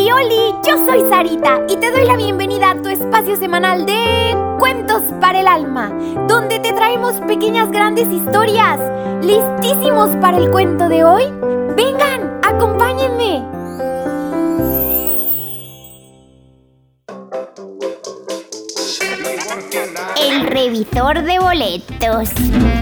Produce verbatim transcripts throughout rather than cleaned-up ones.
¡Oli, oli! Yo soy Sarita y te doy la bienvenida a tu espacio semanal de Cuentos para el Alma, donde te traemos pequeñas grandes historias. ¿Listísimos para el cuento de hoy? ¡Vengan, acompáñenme! El revisor de boletos.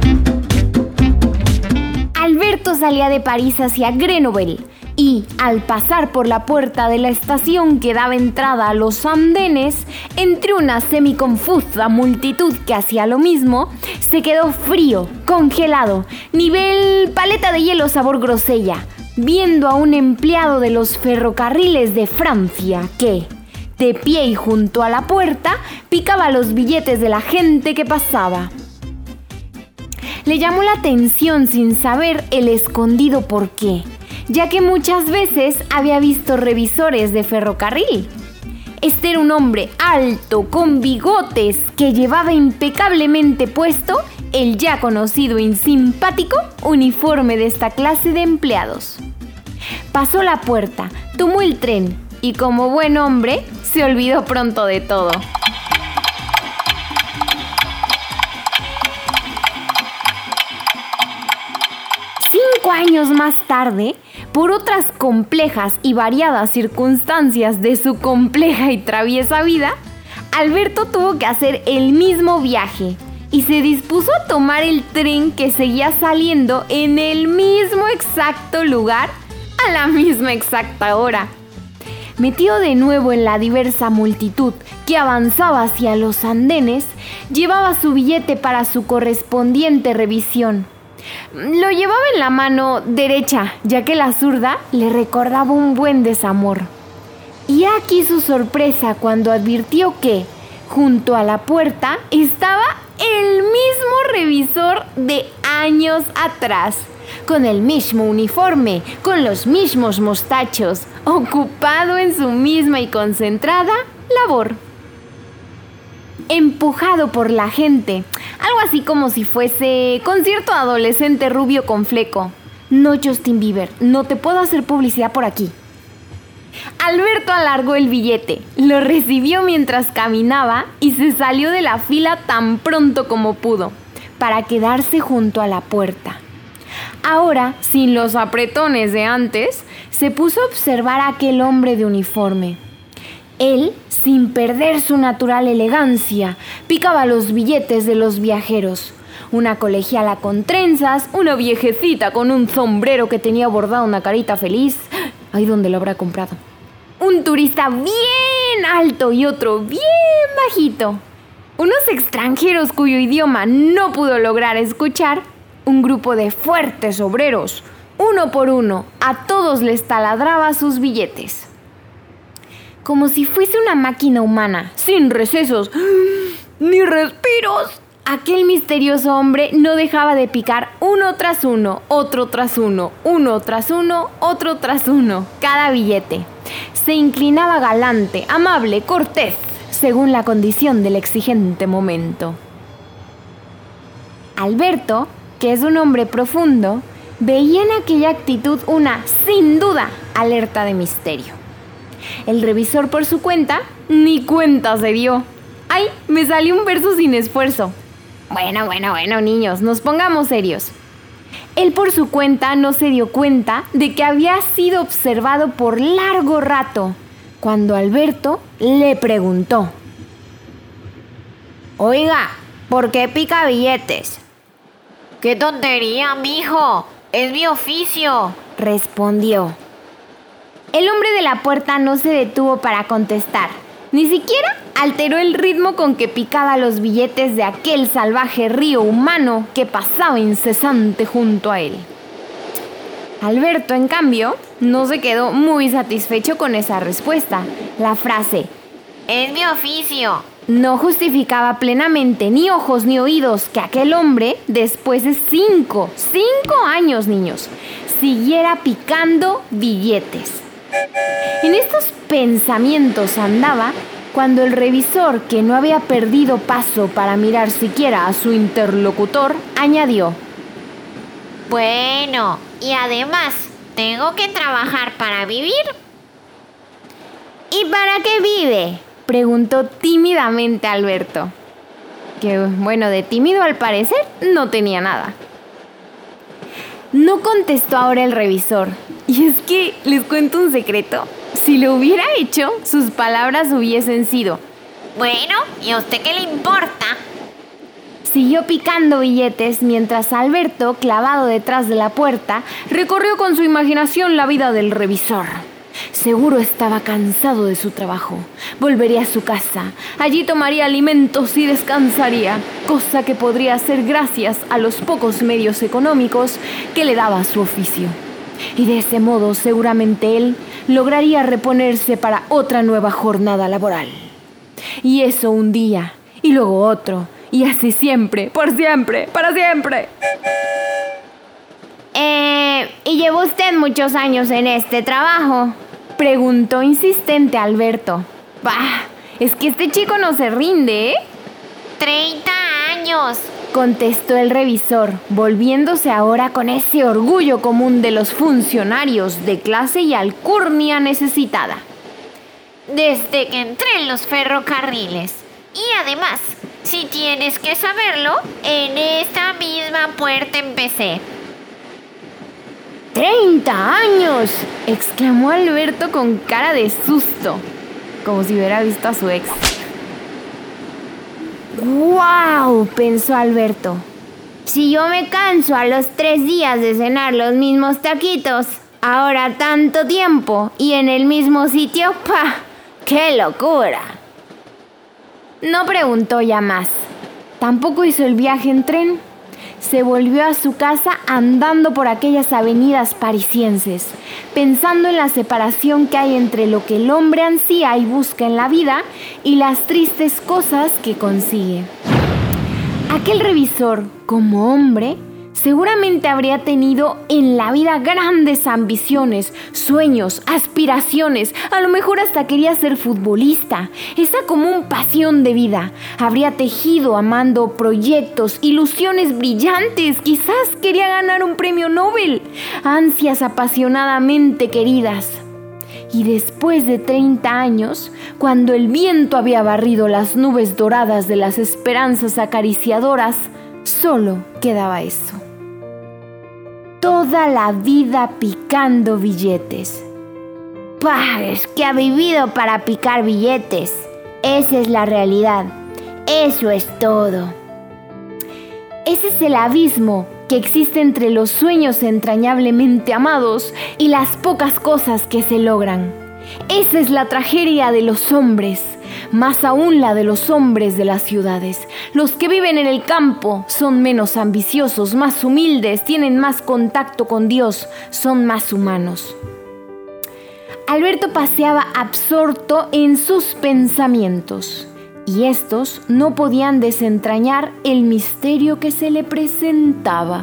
Alberto salía de París hacia Grenoble y, al pasar por la puerta de la estación que daba entrada a los andenes, entre una semiconfusa multitud que hacía lo mismo, se quedó frío, congelado, nivel paleta de hielo sabor grosella, viendo a un empleado de los ferrocarriles de Francia que, de pie y junto a la puerta, picaba los billetes de la gente que pasaba. Le llamó la atención sin saber el escondido por qué, ya que muchas veces había visto revisores de ferrocarril. Este era un hombre alto, con bigotes, que llevaba impecablemente puesto el ya conocido y simpático uniforme de esta clase de empleados. Pasó la puerta, tomó el tren y, como buen hombre, se olvidó pronto de todo. Cinco años más tarde, por otras complejas y variadas circunstancias de su compleja y traviesa vida, Alberto tuvo que hacer el mismo viaje y se dispuso a tomar el tren que seguía saliendo en el mismo exacto lugar a la misma exacta hora. Metido de nuevo en la diversa multitud que avanzaba hacia los andenes, llevaba su billete para su correspondiente revisión. Lo llevaba en la mano derecha, ya que la zurda le recordaba un buen desamor. Y aquí su sorpresa cuando advirtió que, junto a la puerta, estaba el mismo revisor de años atrás, con el mismo uniforme, con los mismos mostachos, ocupado en su misma y concentrada labor. Empujado por la gente, algo así como si fuese concierto adolescente rubio con fleco. No, Justin Bieber, no te puedo hacer publicidad por aquí. Alberto alargó el billete, lo recibió mientras caminaba y se salió de la fila tan pronto como pudo, para quedarse junto a la puerta. Ahora, sin los apretones de antes, se puso a observar a aquel hombre de uniforme. Él, sin perder su natural elegancia, picaba los billetes de los viajeros. Una colegiala con trenzas, una viejecita con un sombrero que tenía bordado una carita feliz. Ay, ¿dónde lo habrá comprado? Un turista bien alto y otro bien bajito. Unos extranjeros cuyo idioma no pudo lograr escuchar. Un grupo de fuertes obreros. Uno por uno, a todos les taladraba sus billetes. Como si fuese una máquina humana, sin recesos ni respiros. Aquel misterioso hombre no dejaba de picar uno tras uno, otro tras uno, uno tras uno, otro tras uno, cada billete. Se inclinaba galante, amable, cortés, según la condición del exigente momento. Alberto, que es un hombre profundo, veía en aquella actitud una, sin duda, alerta de misterio. El revisor, por su cuenta, ni cuenta se dio. ¡Ay! Me salió un verso sin esfuerzo. Bueno, bueno, bueno, niños, nos pongamos serios. Él, por su cuenta, no se dio cuenta de que había sido observado por largo rato, cuando Alberto le preguntó: Oiga, ¿por qué pica billetes? ¡Qué tontería, mijo! ¡Es mi oficio!, respondió. El hombre de la puerta no se detuvo para contestar, ni siquiera alteró el ritmo con que picaba los billetes de aquel salvaje río humano que pasaba incesante junto a él. Alberto, en cambio, no se quedó muy satisfecho con esa respuesta. La frase ¡es mi oficio! no justificaba plenamente ni ojos ni oídos que aquel hombre, después de cinco, cinco años, niños, siguiera picando billetes. En estos pensamientos andaba cuando el revisor, que no había perdido paso para mirar siquiera a su interlocutor, añadió: Bueno, y además, ¿tengo que trabajar para vivir? ¿Y para qué vive?, preguntó tímidamente Alberto, que, bueno, de tímido al parecer no tenía nada. No contestó ahora el revisor. Y es que, les cuento un secreto, si lo hubiera hecho, sus palabras hubiesen sido: bueno, ¿y a usted qué le importa? Siguió picando billetes mientras Alberto, clavado detrás de la puerta, recorrió con su imaginación la vida del revisor. Seguro estaba cansado de su trabajo. Volvería a su casa. Allí tomaría alimentos y descansaría, cosa que podría hacer gracias a los pocos medios económicos que le daba su oficio. Y de ese modo seguramente él lograría reponerse para otra nueva jornada laboral. Y eso un día, y luego otro, y así siempre, por siempre, para siempre. Eh, ¿y llevó usted muchos años en este trabajo?, preguntó insistente Alberto. Bah, es que este chico no se rinde, ¿eh? Treinta años, contestó el revisor, volviéndose ahora con ese orgullo común de los funcionarios de clase y alcurnia necesitada. Desde que entré en los ferrocarriles. Y además, si tienes que saberlo, en esta misma puerta empecé. ¡Treinta años! Exclamó Alberto con cara de susto, como si hubiera visto a su ex. ¡Guau!, pensó Alberto. Si yo me canso a los tres días de cenar los mismos taquitos, ahora tanto tiempo y en el mismo sitio, ¡pah! ¡Qué locura! No preguntó ya más. Tampoco hizo el viaje en tren. Se volvió a su casa andando por aquellas avenidas parisienses, pensando en la separación que hay entre lo que el hombre ansía y busca en la vida y las tristes cosas que consigue. Aquel revisor, como hombre, seguramente habría tenido en la vida grandes ambiciones, sueños, aspiraciones. A lo mejor hasta quería ser futbolista. Esa común pasión de vida. Habría tejido amando proyectos, ilusiones brillantes. Quizás quería ganar un premio Nobel. Ansias apasionadamente queridas. Y después de treinta años, cuando el viento había barrido las nubes doradas de las esperanzas acariciadoras, solo quedaba eso. Toda la vida picando billetes. ¡Pah! Es que ha vivido para picar billetes. Esa es la realidad. Eso es todo. Ese es el abismo que existe entre los sueños entrañablemente amados y las pocas cosas que se logran. Esa es la tragedia de los hombres, más aún la de los hombres de las ciudades. Los que viven en el campo son menos ambiciosos, más humildes, tienen más contacto con Dios, son más humanos. Alberto paseaba absorto en sus pensamientos, y estos no podían desentrañar el misterio que se le presentaba.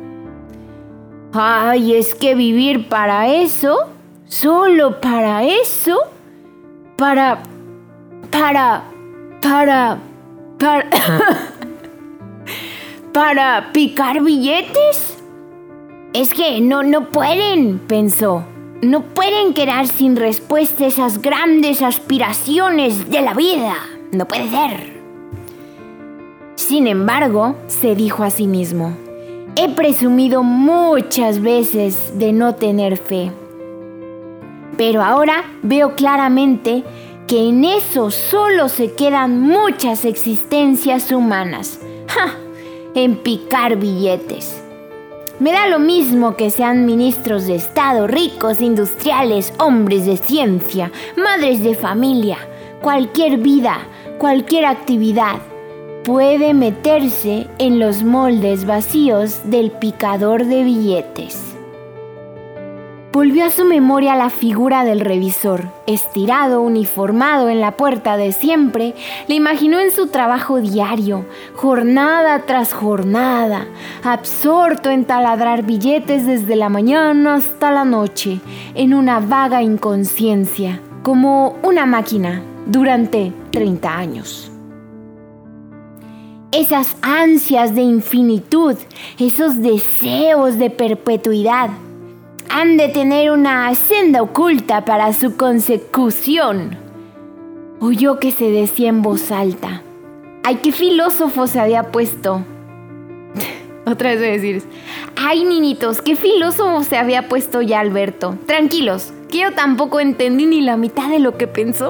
¡Ay, es que vivir para eso! ¿Solo para eso? Para... para... para... para... ¿para picar billetes? Es que no, no pueden, pensó. No pueden quedar sin respuesta esas grandes aspiraciones de la vida. No puede ser. Sin embargo, se dijo a sí mismo, he presumido muchas veces de no tener fe. Pero ahora veo claramente que en eso solo se quedan muchas existencias humanas. ¡Ja! En picar billetes. Me da lo mismo que sean ministros de Estado, ricos, industriales, hombres de ciencia, madres de familia. Cualquier vida, cualquier actividad puede meterse en los moldes vacíos del picador de billetes. Volvió a su memoria la figura del revisor, estirado, uniformado en la puerta de siempre. Le imaginó en su trabajo diario, jornada tras jornada, absorto en taladrar billetes desde la mañana hasta la noche, en una vaga inconsciencia, como una máquina, durante treinta años. Esas ansias de infinitud, esos deseos de perpetuidad, han de tener una senda oculta para su consecución. Oyó que se decía en voz alta. ¡Ay, qué filósofo se había puesto! Otra vez voy a decir, ¡ay, niñitos, qué filósofo se había puesto ya Alberto! Tranquilos, que yo tampoco entendí ni la mitad de lo que pensó.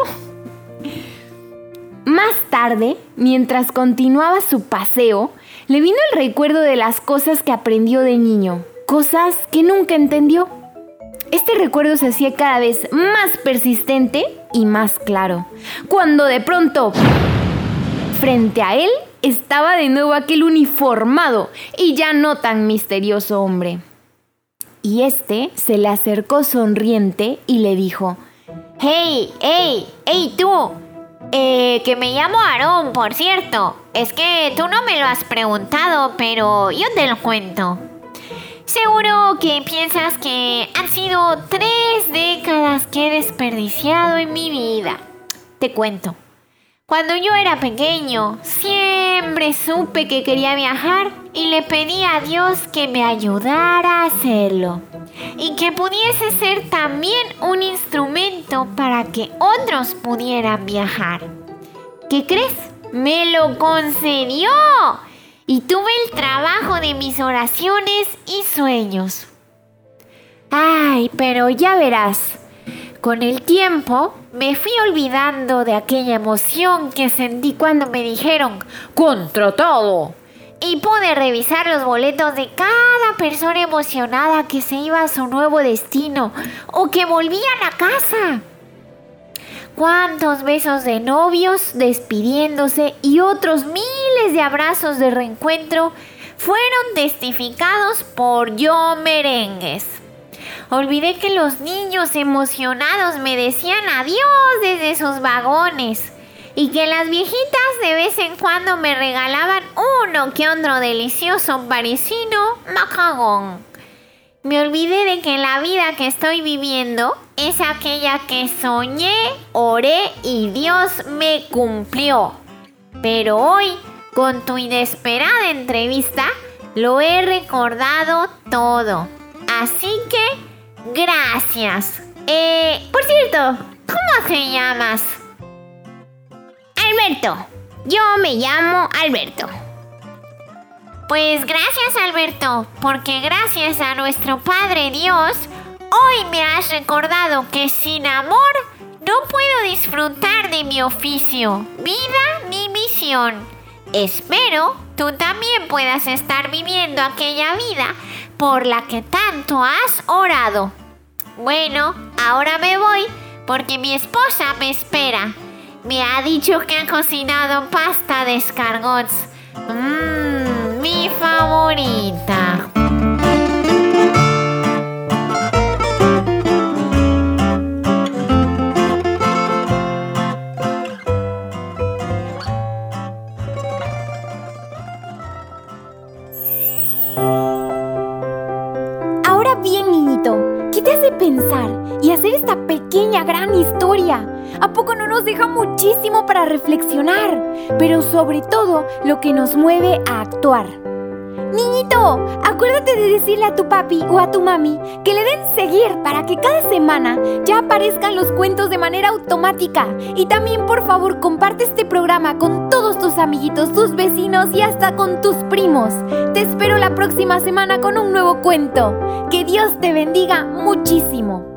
Más tarde, mientras continuaba su paseo, le vino el recuerdo de las cosas que aprendió de niño, cosas que nunca entendió. Este recuerdo se hacía cada vez más persistente y más claro, cuando de pronto, frente a él, estaba de nuevo aquel uniformado y ya no tan misterioso hombre. Y este se le acercó sonriente y le dijo: ¡Hey, hey, hey tú! Eh, que me llamo Aarón, por cierto. Es que tú no me lo has preguntado, pero yo te lo cuento. Seguro que piensas que han sido tres décadas que he desperdiciado en mi vida. Te cuento. Cuando yo era pequeño, siempre supe que quería viajar y le pedí a Dios que me ayudara a hacerlo. Y que pudiese ser también un instrumento para que otros pudieran viajar. ¿Qué crees? ¡Me lo concedió! Y tuve el trabajo de mis oraciones y sueños. Ay, pero ya verás. Con el tiempo me fui olvidando de aquella emoción que sentí cuando me dijeron ¡contratado! Y pude revisar los boletos de cada persona emocionada que se iba a su nuevo destino o que volvía a la casa. Cuántos besos de novios despidiéndose y otros miles de abrazos de reencuentro fueron testificados por Yo Merengues. Olvidé que los niños emocionados me decían adiós desde sus vagones y que las viejitas de vez en cuando me regalaban uno que otro delicioso parisino majagón. Me olvidé de que la vida que estoy viviendo es aquella que soñé, oré y Dios me cumplió. Pero hoy, con tu inesperada entrevista, lo he recordado todo. Así que, gracias. Eh, por cierto, ¿cómo te llamas? Alberto. Yo me llamo Alberto. Pues gracias, Alberto, porque gracias a nuestro Padre Dios, hoy me has recordado que sin amor no puedo disfrutar de mi oficio, vida ni misión. Espero tú también puedas estar viviendo aquella vida por la que tanto has orado. Bueno, ahora me voy porque mi esposa me espera. Me ha dicho que ha cocinado pasta de escargots. Mmm, mi favorita. Ahora bien, niñito, ¿qué te hace pensar y hacer esta pequeña gran historia? ¿A poco no nos deja muchísimo para reflexionar? Pero sobre todo, lo que nos mueve a actuar. Niñito, acuérdate de decirle a tu papi o a tu mami que le den seguir para que cada semana ya aparezcan los cuentos de manera automática. Y también, por favor, comparte este programa con todos tus amiguitos, tus vecinos y hasta con tus primos. Te espero la próxima semana con un nuevo cuento. Que Dios te bendiga muchísimo.